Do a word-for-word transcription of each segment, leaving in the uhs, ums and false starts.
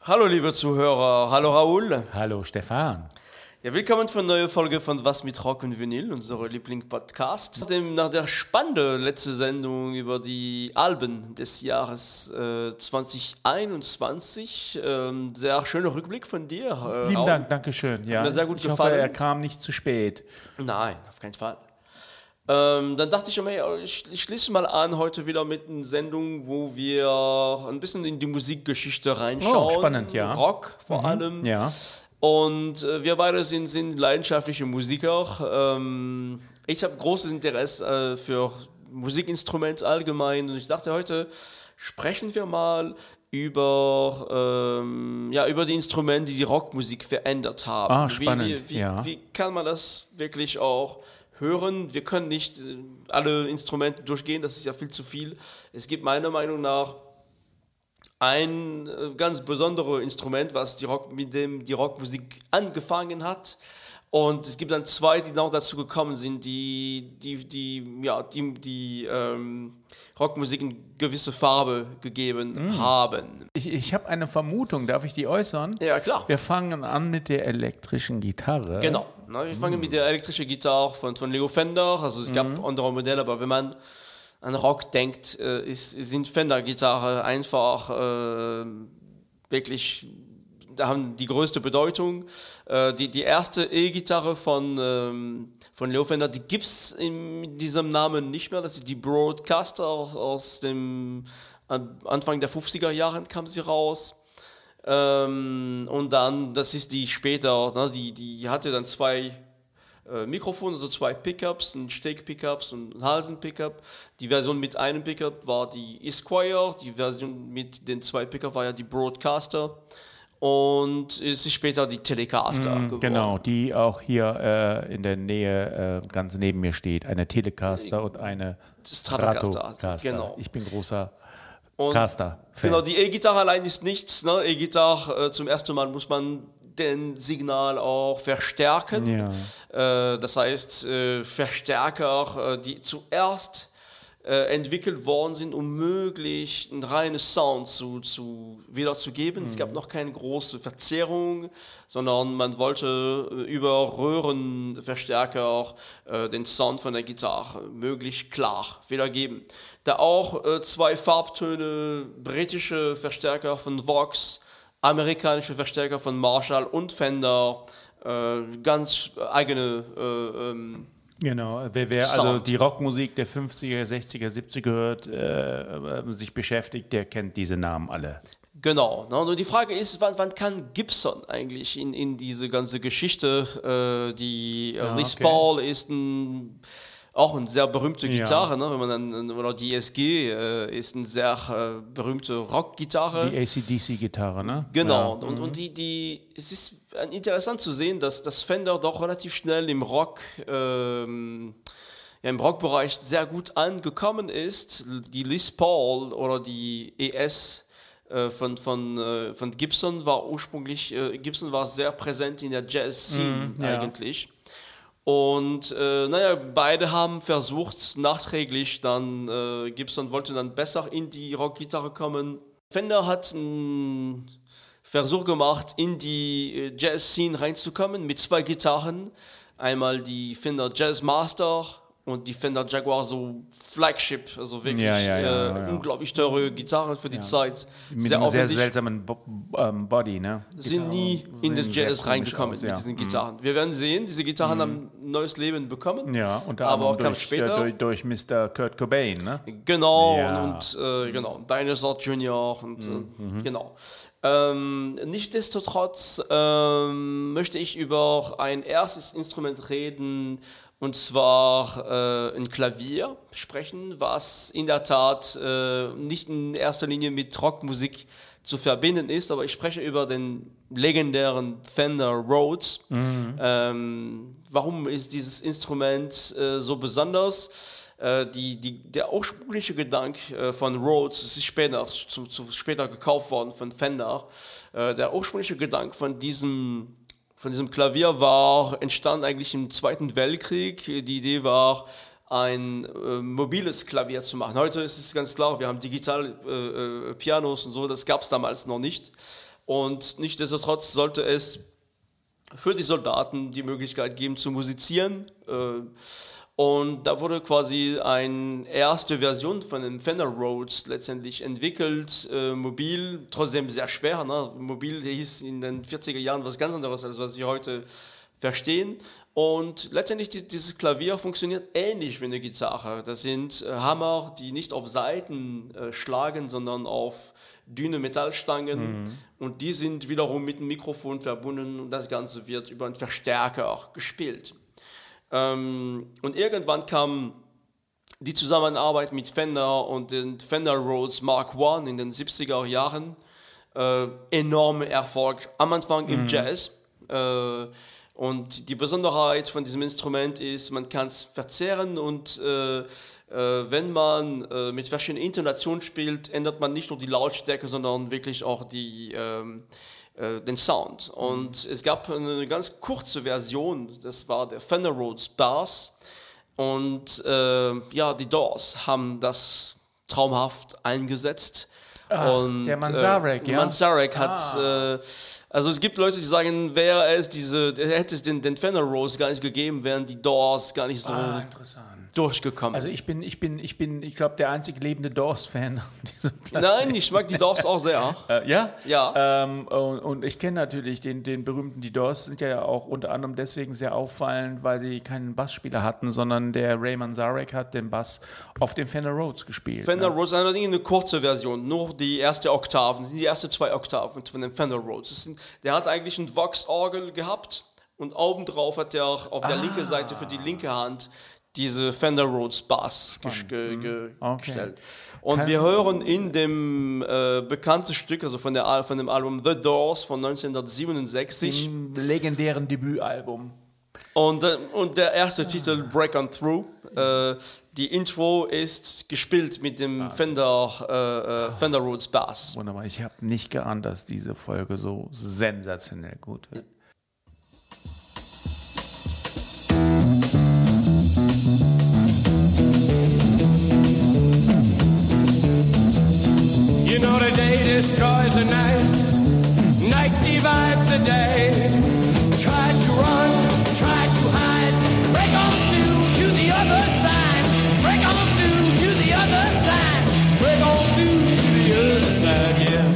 Hallo liebe Zuhörer, hallo Raoul. Hallo Stefan. Ja, willkommen für eine neue Folge von Was mit Rock und Vinyl, unser Lieblingspodcast. Nach, dem, nach der spannenden letzten Sendung über die Alben des Jahres äh, zwanzig einundzwanzig, ähm, sehr schöner Rückblick von dir. Äh, Lieben Raoul. Dank, danke schön. Ja, Hat mir sehr gut ich gefallen. hoffe, er kam nicht zu spät. Nein, auf keinen Fall. Ähm, dann dachte ich mir, ich, ich schließe mal an heute wieder mit einer Sendung, wo wir ein bisschen in die Musikgeschichte reinschauen. Oh, spannend, ja. Rock vor Mhm. allem. Ja. Und äh, wir beide sind, sind leidenschaftliche Musiker. Ähm, ich habe großes Interesse äh, für Musikinstrumente allgemein. Und ich dachte, heute sprechen wir mal über, ähm, ja, über die Instrumente, die die Rockmusik verändert haben. Ah, spannend, Wie, wie, wie, ja. wie kann man das wirklich auch hören? Wir können nicht äh, alle Instrumente durchgehen, das ist ja viel zu viel. Es gibt meiner Meinung nach ein äh, ganz besonderes Instrument, was die Rock, mit dem die Rockmusik angefangen hat. Und es gibt dann zwei, die noch dazu gekommen sind, die die, die, ja, die, die ähm, Rockmusik eine gewisse Farbe gegeben mm. haben. Ich, ich habe eine Vermutung, darf ich die äußern? Ja, klar. Wir fangen an mit der elektrischen Gitarre. Genau. Na, wir fangen mm. mit der elektrischen Gitarre von, von Leo Fender. Also es mm. gab andere Modelle, aber wenn man an Rock denkt, äh, ist, sind Fender-Gitarre einfach äh, wirklich, da haben die größte Bedeutung. Äh, die, die erste E-Gitarre von, ähm, von Leo Fender, die gibt es in diesem Namen nicht mehr. Das ist die Broadcaster aus, aus dem Anfang der fünfziger Jahre kam sie raus. Ähm, und dann, das ist die später, ne, die, die hatte dann zwei Äh, Mikrofone, also zwei Pickups, ein Steg-Pickups und ein Halsen-Pickup. Die Version mit einem Pickup war die Esquire, die Version mit den zwei Pickups war ja die Broadcaster und es ist später die Telecaster Mm, geworden. genau, die auch hier äh, in der Nähe äh, ganz neben mir steht. Eine Telecaster und eine Stratocaster. Stratocaster. Genau. Ich bin großer Und Caster-Fan. Genau, die E-Gitarre allein ist nichts. Ne? E-Gitarre, äh, zum ersten Mal muss man den Signal auch verstärken. Ja. Äh, das heißt, äh, Verstärker, äh, die zuerst äh, entwickelt worden sind, um möglichst einen reinen Sound zu, zu wiederzugeben. Mhm. Es gab noch keine große Verzerrung, sondern man wollte äh, über Röhrenverstärker auch äh, den Sound von der Gitarre möglichst klar wiedergeben. Da auch äh, zwei Farbtöne, britische Verstärker von Vox, amerikanische Verstärker von Marshall und Fender, äh, ganz eigene äh, ähm, Genau, wer, wer also die Rockmusik der fünfziger, sechziger, siebziger hört, äh, sich beschäftigt, der kennt diese Namen alle. Genau, ne? Und die Frage ist, wann, wann kann Gibson eigentlich in, in diese ganze Geschichte, äh, die äh, Ja, Les okay. Paul ist ein auch eine sehr berühmte Gitarre, Ja. ne? Wenn man dann, oder die S G äh, ist eine sehr äh, berühmte Rockgitarre. Die A C D C-Gitarre, ne? Genau, Ja. und, und die, die, es ist interessant zu sehen, dass das Fender doch relativ schnell im Rock, ähm, ja, im Rockbereich sehr gut angekommen ist. Die Les Paul oder die E S äh, von, von, äh, von Gibson war ursprünglich, äh, Gibson war sehr präsent in der Jazz-Scene Mm, ja. eigentlich. Und äh, naja, beide haben versucht, nachträglich dann, äh, Gibson wollte dann besser in die Rockgitarre kommen. Fender hat einen Versuch gemacht, in die Jazz-Scene reinzukommen mit zwei Gitarren. Einmal die Fender Jazz Master und die Fender Jaguar, so Flagship, also wirklich Ja, ja, ja, äh, ja, ja. unglaublich teure Gitarren für die Ja. Zeit. Mit einem sehr aufwendig. seltsamen Bo ähm, Body, ne? Sind nie in den Sehen sehr Jazz komisch reingekommen aus, mit ja. diesen Gitarren. Wir werden sehen, diese Gitarren haben ein neues Leben bekommen. Ja, unter aber anderem kam durch, später. äh, durch, durch Mister Kurt Cobain, ne? Genau, Ja. und, und äh, genau, Dinosaur Junior und äh, genau. Ähm, nichtsdestotrotz ähm, möchte ich über ein erstes Instrument reden, und zwar äh, ein Klavier sprechen, was in der Tat äh, nicht in erster Linie mit Rockmusik zu verbinden ist, aber ich spreche über den legendären Fender Rhodes. Mhm. Ähm, warum ist dieses Instrument äh, so besonders? Äh, die, die, der ursprüngliche Gedanke äh, von Rhodes, es ist später, zu, zu später gekauft worden von Fender, äh, der ursprüngliche Gedanke von diesem Von diesem Klavier war entstanden eigentlich im Zweiten Weltkrieg. Die Idee war, ein äh, mobiles Klavier zu machen. Heute ist es ganz klar, wir haben digitale äh, äh, Pianos und so, das gab es damals noch nicht. Und nichtsdestotrotz sollte es für die Soldaten die Möglichkeit geben zu musizieren. Und da wurde quasi eine erste Version von dem Fender Rhodes letztendlich entwickelt, mobil, trotzdem sehr schwer. Ne? Mobil hieß in den vierziger Jahren was ganz anderes, als was wir heute verstehen. Und letztendlich die, dieses Klavier funktioniert ähnlich wie eine Gitarre. Das sind äh, Hammer, die nicht auf Saiten äh, schlagen, sondern auf dünne Metallstangen. Mhm. Und die sind wiederum mit dem Mikrofon verbunden und das Ganze wird über einen Verstärker gespielt. Ähm, und irgendwann kam die Zusammenarbeit mit Fender und den Fender Rhodes Mark eins in den siebziger Jahren. Äh, enormer Erfolg, am Anfang im mhm. Jazz. Äh, Und die Besonderheit von diesem Instrument ist, man kann es verzehren und äh, äh, wenn man äh, mit verschiedenen Intonationen spielt, ändert man nicht nur die Lautstärke, sondern wirklich auch die, ähm, äh, den Sound. Und mhm. es gab eine ganz kurze Version, das war der Fender Rhodes Bass. Und äh, ja, die Doors haben das traumhaft eingesetzt. Ach, und, der Manzarek, äh, ja. Manzarek ah. hat, äh, also es gibt Leute, die sagen, wäre es diese, hätte es den, den Fender Rhodes gar nicht gegeben, wären die Doors gar nicht so ah, interessant. durchgekommen. Also ich bin, ich bin, ich bin, ich glaube, der einzig lebende Doors-Fan. Nein, ich mag die Doors auch sehr. äh, ja? Ja. Ähm, und, und ich kenne natürlich den, den berühmten, die Doors sind ja auch unter anderem deswegen sehr auffallend, weil sie keinen Bassspieler hatten, sondern der Ray Manzarek hat den Bass auf dem Fender Rhodes gespielt. Fender ne? Rhodes ist allerdings eine kurze Version, nur die erste Oktaven, die ersten zwei Oktaven von dem Fender Rhodes. Das sind, der hat eigentlich ein Vox-Orgel gehabt und obendrauf hat er auf der ah. linken Seite für die linke Hand diese Fender Rhodes Bass ge- ge- okay. gestellt. Und Kann wir hören in dem äh, bekannten Stück, also von, der, von dem Album The Doors von neunzehnhundertsiebenundsechzig. Im legendären Debütalbum. Und, äh, und der erste ah. Titel, Break On Through. Äh, die Intro ist gespielt mit dem ah. Fender, äh, äh, Fender Rhodes Bass. Wunderbar, ich habe nicht geahnt, dass diese Folge so sensationell gut wird. You know the day destroys the night, night divides the day. Try to run, try to hide, break on through to the other side, break on through to the other side, break on through to the other side, yeah.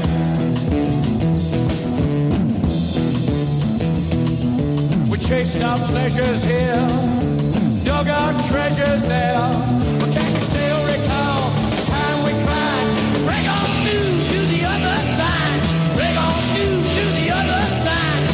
We chased our pleasures here, dug our treasures there, but can you still recall the time we cried? Break on through to the other side. Break on through to the other side.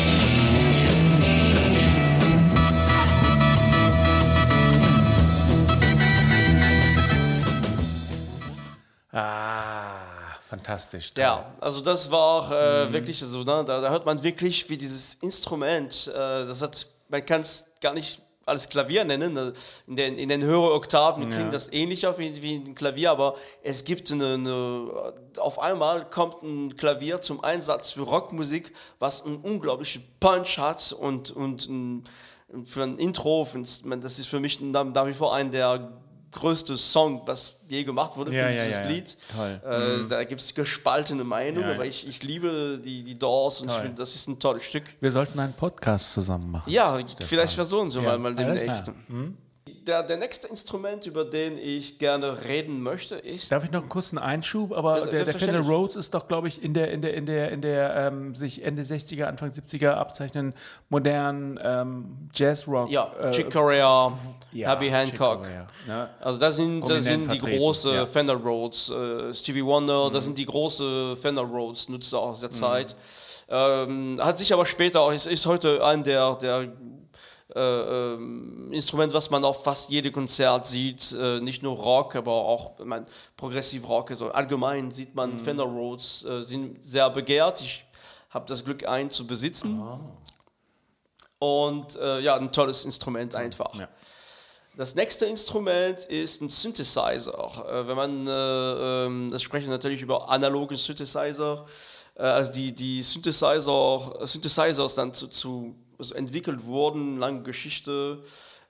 Ah, fantastisch. Toll. Ja, also das war äh, mhm. wirklich so, ne, da, da hört man wirklich, wie dieses Instrument, äh, das hat, man kann es gar nicht als Klavier nennen, in den, in den höheren Oktaven klingt ja. das ähnlicher wie, wie ein Klavier, aber es gibt eine, eine, auf einmal kommt ein Klavier zum Einsatz für Rockmusik, was einen unglaublichen Punch hat und, und ein, für ein Intro, das ist für mich nach wie vor ein der größte Song, was je gemacht wurde ja, für ja, dieses ja, Lied. Toll. Äh, mhm. Da gibt es gespaltene Meinungen, ja. aber ich, ich liebe die, die Doors und Toll. ich finde, das ist ein tolles Stück. Wir sollten einen Podcast zusammen machen. Ja, vielleicht versuchen Sie ja. mal, mal demnächst. Hm? Der, der nächste Instrument, über den ich gerne reden möchte, ist... Darf ich noch einen kurzen Einschub? Aber ja, der, der Fender Rhodes ist doch, glaube ich, in der, in der, in der, in der ähm, sich Ende sechziger, Anfang siebziger abzeichnenden modernen ähm, Jazzrock. Ja, äh, Chick Corea, ja, Herbie Hancock. Corea, ne? Also das sind, das sind die großen ja. Fender Rhodes. Äh, Stevie Wonder, mhm. das sind die großen Fender Rhodes Nutzer aus der mhm. Zeit. Ähm, hat sich aber später auch, ist, ist heute ein der... der Äh, äh, Instrument, was man auf fast jedem Konzert sieht, äh, nicht nur Rock, aber auch ich mein, Progressive Rock, also allgemein sieht man mhm. Fender Rhodes, äh, sind sehr begehrt. Ich habe das Glück, einen zu besitzen. Oh. Und äh, ja, ein tolles Instrument einfach. Ja. Das nächste Instrument ist ein Synthesizer. Äh, wenn man, äh, äh, das sprechen wir natürlich über analoge Synthesizer, äh, also die, die Synthesizer, Synthesizers dann zu, zu also entwickelt wurden, lange Geschichte.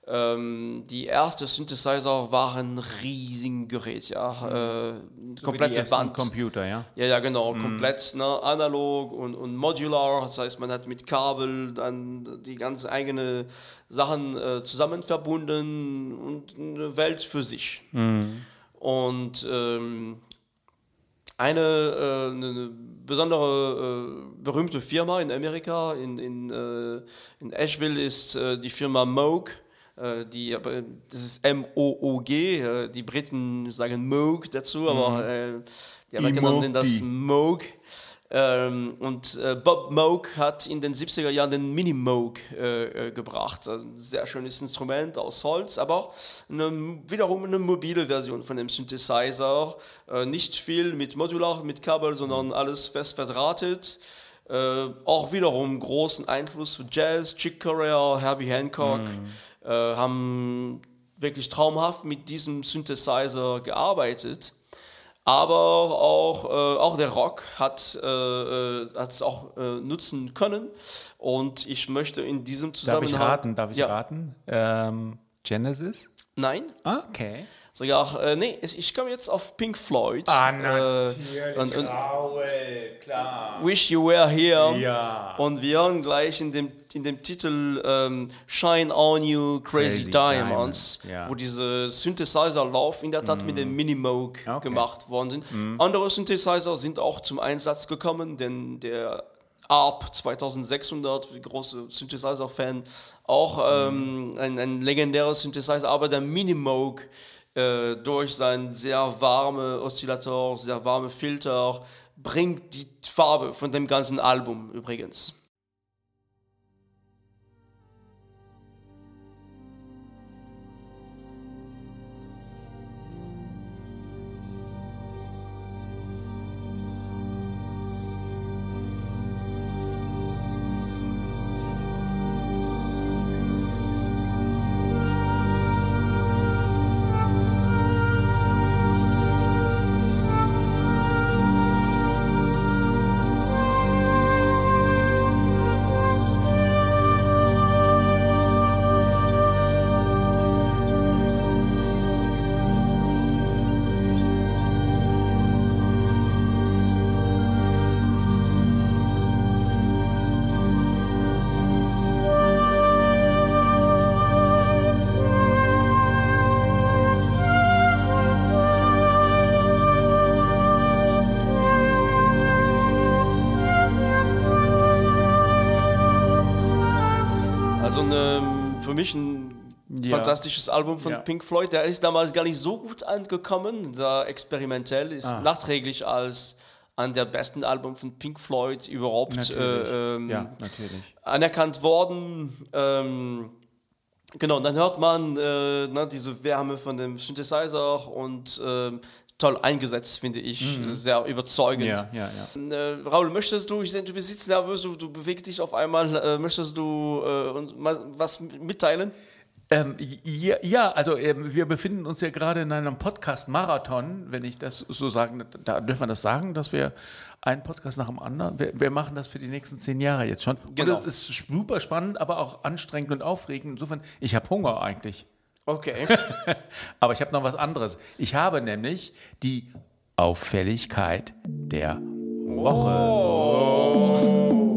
Ähm, die ersten Synthesizer waren ein riesiges Gerät, ja. Äh, So komplette wie die ersten Band. Computer, ja. Ja, ja, genau, komplett ne, analog und, und modular. Das heißt, man hat mit Kabel dann die ganzen eigenen Sachen äh, zusammen verbunden und eine Welt für sich. Und ähm, eine, äh, eine besondere, äh, berühmte Firma in Amerika, in, in, äh, in Asheville, ist äh, die Firma Moog. Äh, die, aber das ist M O O G. Äh, die Briten sagen Moog dazu, aber äh, die Amerikaner nennen das Moog. Ähm, und äh, Bob Moog hat in den siebziger Jahren den Mini-Moog äh, äh, gebracht. Also ein sehr schönes Instrument aus Holz, aber auch eine, wiederum eine mobile Version von dem Synthesizer. Äh, nicht viel mit Modular, mit Kabel, sondern alles fest verdrahtet. Äh, auch wiederum großen Einfluss für Jazz, Chick Corea, Herbie Hancock. Mm. Äh, haben wirklich traumhaft mit diesem Synthesizer gearbeitet. Aber auch, äh, auch der Rock hat äh, es auch äh, nutzen können. Und ich möchte in diesem Zusammenhang... Darf ich raten? Darf ich ja. raten? Ähm, Genesis? Nein. Ah, okay. Sogar, äh, nee, ich komme jetzt auf Pink Floyd. Ah, natürlich. Äh, und, und Raul, klar. Wish You Were Here. Ja. Und wir hören gleich in dem, in dem Titel ähm, Shine On You Crazy, Crazy Diamonds, Diamond, ja. wo diese Synthesizer-Lauf in der Tat mm. mit dem Mini-Moog Okay. gemacht worden sind. Mm. Andere Synthesizer sind auch zum Einsatz gekommen, denn der A R P zweitausendsechshundert, große Synthesizer-Fan, auch ähm, ein, ein legendärer Synthesizer, aber der Mini-Moog äh, durch seinen sehr warmen Oszillator, sehr warme Filter, bringt die Farbe von dem ganzen Album übrigens. Also eine, für mich ein ja. fantastisches Album von ja. Pink Floyd. Der ist damals gar nicht so gut angekommen, da experimentell, ist ah. nachträglich als an der besten Album von Pink Floyd überhaupt äh, ähm, ja, natürlich. anerkannt worden. Ähm, genau, und dann hört man äh, na, diese Wärme von dem Synthesizer und äh, toll eingesetzt, finde ich. Mhm. Sehr überzeugend. Ja, ja, ja. Äh, Raul, möchtest du, ich sehe, du bist nervös, du, du bewegst dich auf einmal, äh, möchtest du äh, uns mal was mitteilen? Ähm, ja, ja, also äh, wir befinden uns ja gerade in einem Podcast-Marathon, wenn ich das so sagen da dürfen wir das sagen, dass wir einen Podcast nach dem anderen, wir, wir machen das für die nächsten zehn Jahre jetzt schon. Genau. Und es ist super spannend, aber auch anstrengend und aufregend. Insofern, ich habe Hunger eigentlich. Okay. Aber ich habe noch was anderes. Ich habe nämlich die Auffälligkeit der Woche. Oh.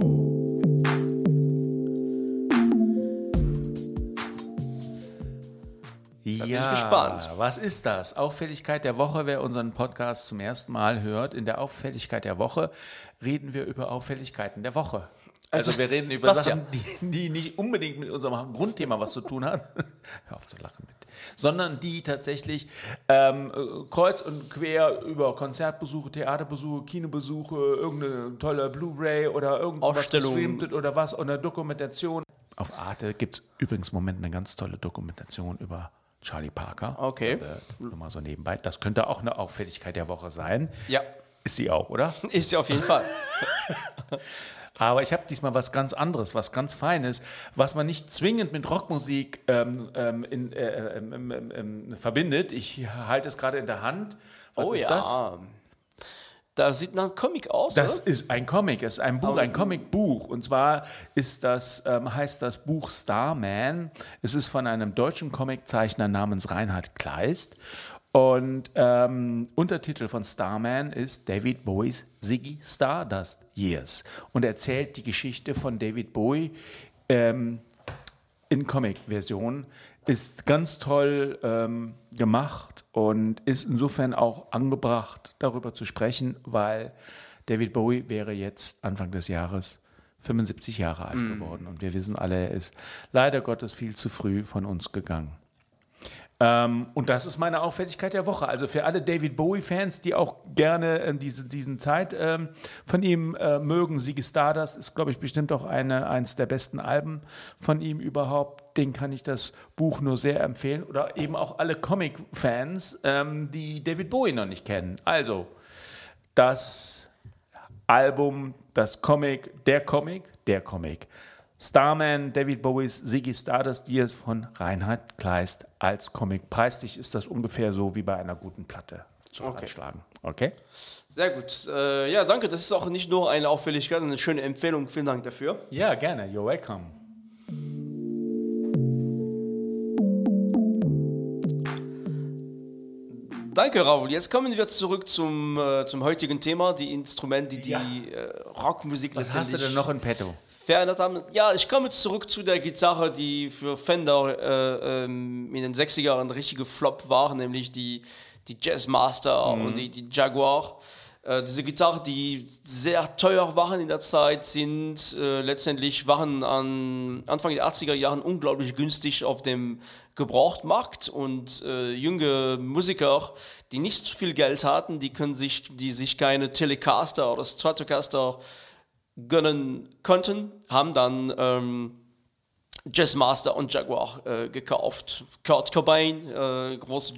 Da bin ich gespannt. Was ist das? Auffälligkeit der Woche, wer unseren Podcast zum ersten Mal hört. In der Auffälligkeit der Woche reden wir über Auffälligkeiten der Woche. Also, also wir reden über Sachen, ja. die, die nicht unbedingt mit unserem Grundthema was zu tun haben. Hör auf zu lachen bitte. Sondern die tatsächlich ähm, kreuz und quer über Konzertbesuche, Theaterbesuche, Kinobesuche, irgendeine tolle Blu-ray oder irgendwas gestreamt oder was, oder eine Dokumentation. Auf Arte gibt es übrigens im Moment eine ganz tolle Dokumentation über Charlie Parker. Okay. Äh, nur mal so nebenbei. Das könnte auch eine Auffälligkeit der Woche sein. Ja. Ist sie auch, oder? Ist sie auf jeden Fall. Aber ich habe diesmal was ganz anderes, was ganz Feines, was man nicht zwingend mit Rockmusik ähm, ähm, in, äh, ähm, ähm, ähm, verbindet. Ich halte es gerade in der Hand. Was oh ist ja. das? Das sieht nach einem Comic aus, Das oder? ist ein Comic, es ist ein Buch, ein Comicbuch. Und zwar ist das, ähm, heißt das Buch Starman. Es ist von einem deutschen Comiczeichner namens Reinhard Kleist. Und ähm, Untertitel von Starman ist David Bowies Ziggy Stardust Years. Und erzählt die Geschichte von David Bowie ähm, in Comic-Version. Ist ganz toll ähm, gemacht und ist insofern auch angebracht, darüber zu sprechen, weil David Bowie wäre jetzt Anfang des Jahres fünfundsiebzig Jahre alt mm. geworden. Und wir wissen alle, er ist leider Gottes viel zu früh von uns gegangen. Ähm, und das ist meine Auffälligkeit der Woche. Also für alle David Bowie-Fans, die auch gerne äh, diese diesen Zeit ähm, von ihm äh, mögen, Ziggy Stardust ist, glaube ich, bestimmt auch eine, eins der besten Alben von ihm überhaupt. Den kann ich das Buch nur sehr empfehlen. Oder eben auch alle Comic-Fans, ähm, die David Bowie noch nicht kennen. Also das Album, das Comic, der Comic, der Comic. Starman, David Bowies Ziggy Stardust Years von Reinhard Kleist als Comic. Preislich ist das ungefähr so wie bei einer guten Platte zu veranschlagen. Okay. Sehr gut. Äh, ja, danke. Das ist auch nicht nur eine Auffälligkeit, eine schöne Empfehlung. Vielen Dank dafür. Ja, gerne. You're welcome. Danke, Raoul. Jetzt kommen wir zurück zum, äh, zum heutigen Thema, die Instrumente, die Ja. die äh, Rockmusik Was hast du denn noch in petto? verändert haben. Ja, ich komme zurück zu der Gitarre, die für Fender äh, ähm, in den sechziger Jahren ein richtiger Flop war, nämlich die, die Jazzmaster mhm. und die, die Jaguar. Äh, diese Gitarren, die sehr teuer waren in der Zeit, sind äh, letztendlich waren an Anfang der achtziger Jahren unglaublich günstig auf dem Gebrauchtmarkt und äh, junge Musiker, die nicht so viel Geld hatten, die können sich, die sich keine Telecaster oder Stratocaster gönnen konnten, haben dann ähm, Jazzmaster und Jaguar äh, gekauft. Kurt Cobain, äh, großer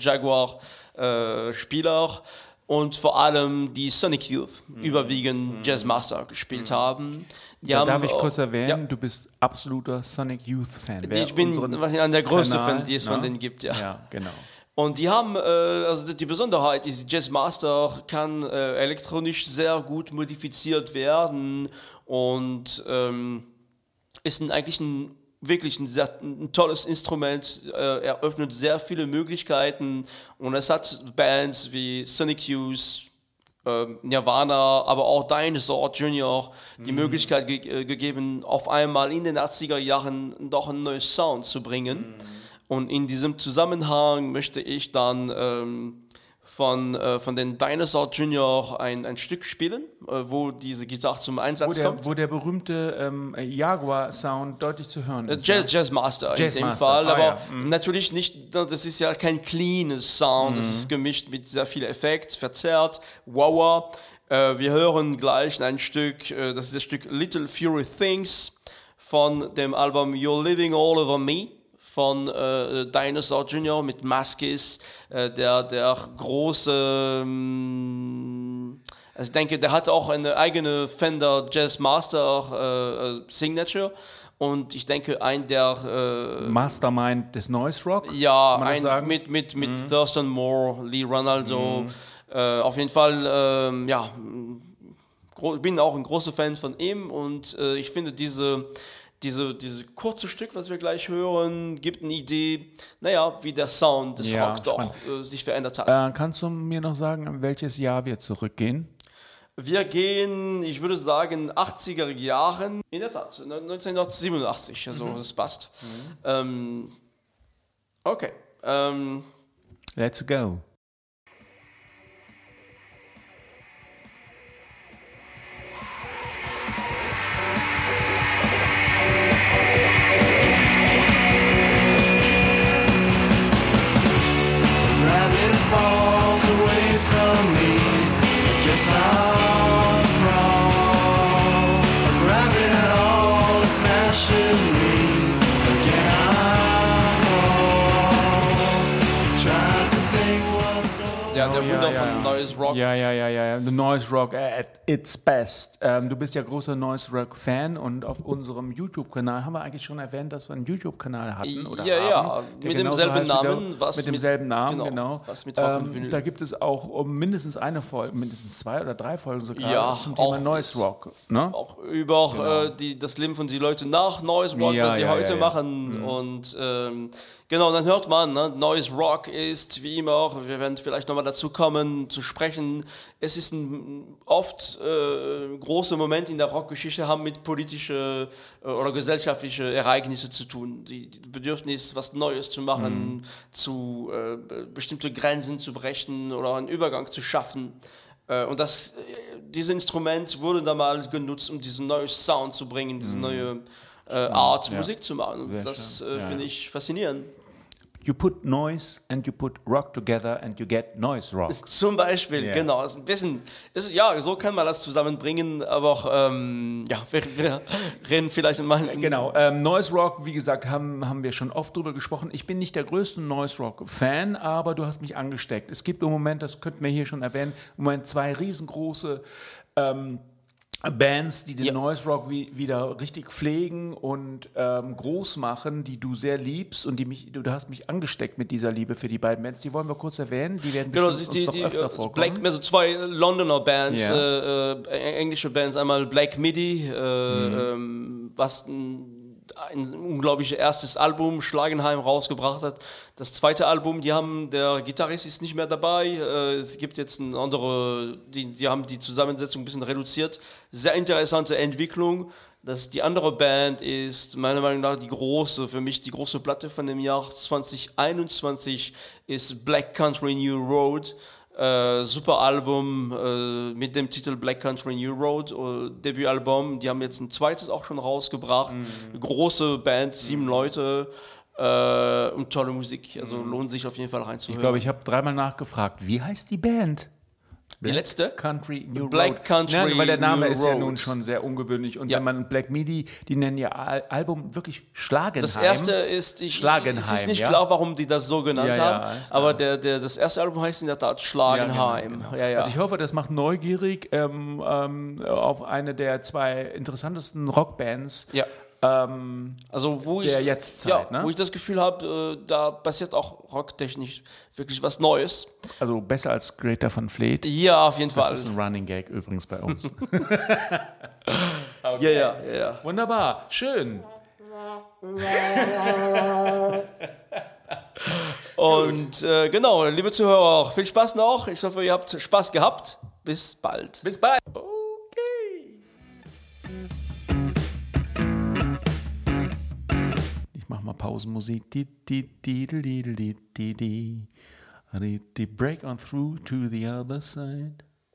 Jaguar-Spieler äh, und vor allem die Sonic Youth mhm. überwiegend mhm. Jazzmaster gespielt mhm. haben. Die da haben darf ich auch, kurz erwähnen, ja. du bist absoluter Sonic Youth-Fan. Ich bin an der größte Kanal, Fan, die es na? von denen gibt. Ja, ja genau. Und die haben, äh, also die Besonderheit ist, Jazzmaster kann äh, elektronisch sehr gut modifiziert werden und ähm, ist ein, eigentlich ein wirklich ein, sehr, ein tolles Instrument, äh, eröffnet sehr viele Möglichkeiten und es hat Bands wie Sonic Youth, äh, Nirvana, aber auch Dinosaur Junior die mhm. Möglichkeit ge- gegeben, auf einmal in den achtziger Jahren noch einen neuen Sound zu bringen. Mhm. Und in diesem Zusammenhang möchte ich dann ähm, von, äh, von den Dinosaur Junior ein, ein Stück spielen, äh, wo diese Gitarre zum Einsatz wo der, kommt. Wo der berühmte ähm, Jaguar-Sound deutlich zu hören ist. Jazz, Jazzmaster in Jazzmaster. dem Fall, Ah, aber ja. mhm. natürlich nicht, das ist ja kein cleanes Sound, Mhm. das ist gemischt mit sehr viel Effekt, verzerrt, wow. Äh, wir hören gleich ein Stück, äh, das ist das Stück Little Fury Things von dem Album You're Living All Over Me von äh, Dinosaur Junior mit Maskis, äh, der, der große, ähm, also ich denke, der hat auch eine eigene Fender Jazzmaster äh, Signature und ich denke, ein der äh, Mastermind des Noise Rock, ja, kann man das ein, sagen? mit, mit, mit Mhm. Thurston Moore, Lee Ronaldo, Mhm. äh, auf jeden Fall, ähm, ja, ich bin auch ein großer Fan von ihm und äh, ich finde diese Diese, diese kurze Stück, was wir gleich hören, gibt eine Idee, naja, wie der Sound des Ja, Rock doch äh, sich verändert hat. Äh, kannst du mir noch sagen, in welches Jahr wir zurückgehen? Wir gehen, ich würde sagen, achtziger Jahren, in der Tat, neunzehnhundertsiebenundachtzig, also mhm. das passt. Mhm. Ähm, okay. Ähm, Let's go. Falls away from me, I guess I'm wrong. Grab it all, smashes me, again I'm wrong. Trying to think what's der, der oh, Wunder ja, ja. von Noise Rock. Ja, ja, ja, ja, ja. The Noise Rock at its best. Ähm, du bist ja großer Noise Rock Fan und auf unserem YouTube-Kanal haben wir eigentlich schon erwähnt, dass wir einen YouTube-Kanal hatten oder ja, haben, ja, mit demselben Namen. Was mit demselben mit, Namen, genau. genau. Was mit ähm, da gibt es auch um mindestens eine Folge, mindestens zwei oder drei Folgen sogar ja, zum Thema Noise Rock. Ne? Auch über genau. äh, die, das Leben von den Leuten nach Noise Rock, ja, was die ja, heute ja, ja. machen. Mhm. Und ähm, genau, dann hört man, ne? Noise Rock ist wie immer, wir werden vielleicht nochmal dazu kommen, zu sprechen. Es ist ein oft äh, großer Moment in der Rockgeschichte, haben mit politischen äh, oder gesellschaftlichen Ereignissen zu tun. Die, die Bedürfnis, was Neues zu machen, mhm. zu äh, bestimmte Grenzen zu brechen oder einen Übergang zu schaffen. Äh, und das, äh, dieses Instrument wurde damals genutzt, um diesen neuen Sound zu bringen, diese mhm. neue äh, Art, ja. Musik zu machen. Und das äh, finde ja. ich faszinierend. You put noise and you put rock together and you get noise rock. Zum Beispiel, yeah. genau. Das ist ein bisschen, das ist, ja, so kann man das zusammenbringen, aber auch, ähm, ja, wir, wir reden vielleicht mal. Genau, ähm, Noise Rock, wie gesagt, haben, haben wir schon oft drüber gesprochen. Ich bin nicht der größte Noise Rock-Fan, aber du hast mich angesteckt. Es gibt im Moment, das könnten wir hier schon erwähnen, im Moment zwei riesengroße ähm, Bands, die den ja. Noise Rock wie, wieder richtig pflegen und ähm, groß machen, die du sehr liebst und die mich, du, du hast mich angesteckt mit dieser Liebe für die beiden Bands. Die wollen wir kurz erwähnen, die werden genau, bestimmt die, uns die, noch öfter die, vorkommen. Black, also zwei Londoner Bands, yeah. äh, äh, englische Bands, einmal Black Midi, äh, mhm. ähm, was ein ein unglaubliches erstes Album, Schlagenheim, rausgebracht hat. Das zweite Album, die haben, der Gitarrist ist nicht mehr dabei, es gibt jetzt eine andere, die, die haben die Zusammensetzung ein bisschen reduziert. Sehr interessante Entwicklung. Das, die andere Band ist meiner Meinung nach die große, für mich die große Platte von dem Jahr zwanzig einundzwanzig ist Black Country New Road. Äh, super Album äh, mit dem Titel Black Country New Road, äh, Debütalbum. Die haben jetzt ein zweites auch schon rausgebracht. Mhm. Große Band, sieben mhm. Leute äh, und tolle Musik. Also mhm. lohnt sich auf jeden Fall reinzuhören. Ich glaube, ich habe dreimal nachgefragt, wie heißt die Band? Die letzte? Country New Black Road. Country Nein, weil der Name New ist Road. ja nun schon sehr ungewöhnlich. Und ja. wenn man Black Midi, die nennen ihr Al- Album wirklich Schlagenheim. Das erste ist, ich, Schlagenheim, es ist nicht ja? klar, warum die das so genannt ja, haben, ja, aber der, der, das erste Album heißt in der Tat Schlagenheim. Ja, genau, genau. Ja, ja. Also ich hoffe, das macht neugierig ähm, ähm, auf eine der zwei interessantesten Rockbands. Ja. Ähm, also wo der ich, Jetztzeit, ja, ne? wo ich das Gefühl habe, äh, da passiert auch rocktechnisch wirklich was Neues. Also besser als Greta van Fleet. Ja, auf jeden Fall. Das ist ein Running Gag übrigens bei uns. Okay. Ja, ja, ja, ja. Wunderbar, schön. Und äh, genau, liebe Zuhörer, auch viel Spaß noch. Ich hoffe, ihr habt Spaß gehabt. Bis bald. Bis bald. Mach mal Pausenmusik. Die, die, die, die, die, die, die, die, die, break on through to the other side.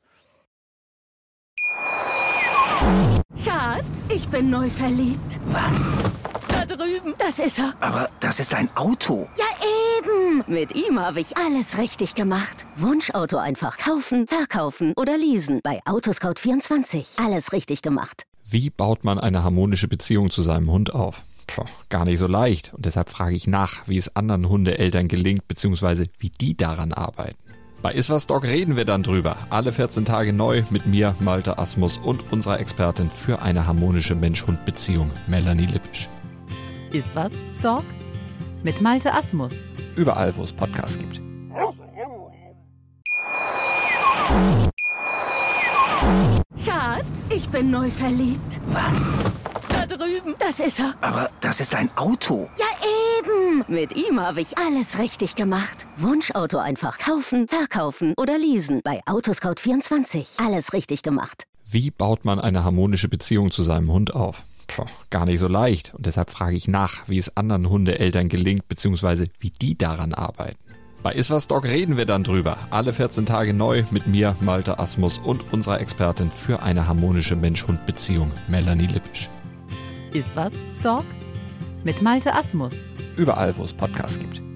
Schatz, ich bin neu verliebt. Was? Da drüben. Das ist er. Aber das ist ein Auto. Ja, eben. Mit ihm habe ich alles richtig gemacht. Wunschauto einfach kaufen, verkaufen oder leasen. Bei Autoscout vierundzwanzig. Alles richtig gemacht. Wie baut man eine harmonische Beziehung zu seinem Hund auf? Puh, gar nicht so leicht. Und deshalb frage ich nach, wie es anderen Hundeeltern gelingt, beziehungsweise wie die daran arbeiten. Bei Iswas Dog reden wir dann drüber. Alle vierzehn Tage neu mit mir, Malte Asmus und unserer Expertin für eine harmonische Mensch-Hund-Beziehung, Melanie Lippisch. Iswas Dog mit Malte Asmus. Überall, wo es Podcasts gibt. Schatz, ich bin neu verliebt. Was? Da drüben. Das ist er. Aber das ist ein Auto. Ja, eben. Mit ihm habe ich alles richtig gemacht. Wunschauto einfach kaufen, verkaufen oder leasen. Bei Autoscout vierundzwanzig. Alles richtig gemacht. Wie baut man eine harmonische Beziehung zu seinem Hund auf? Puh, gar nicht so leicht. Und deshalb frage ich nach, wie es anderen Hundeeltern gelingt, beziehungsweise wie die daran arbeiten. Bei Iswas Dog reden wir dann drüber. Alle vierzehn Tage neu mit mir, Malte Asmus und unserer Expertin für eine harmonische Mensch-Hund-Beziehung, Melanie Lippisch. Iswas Dog mit Malte Asmus. Überall, wo es Podcasts gibt.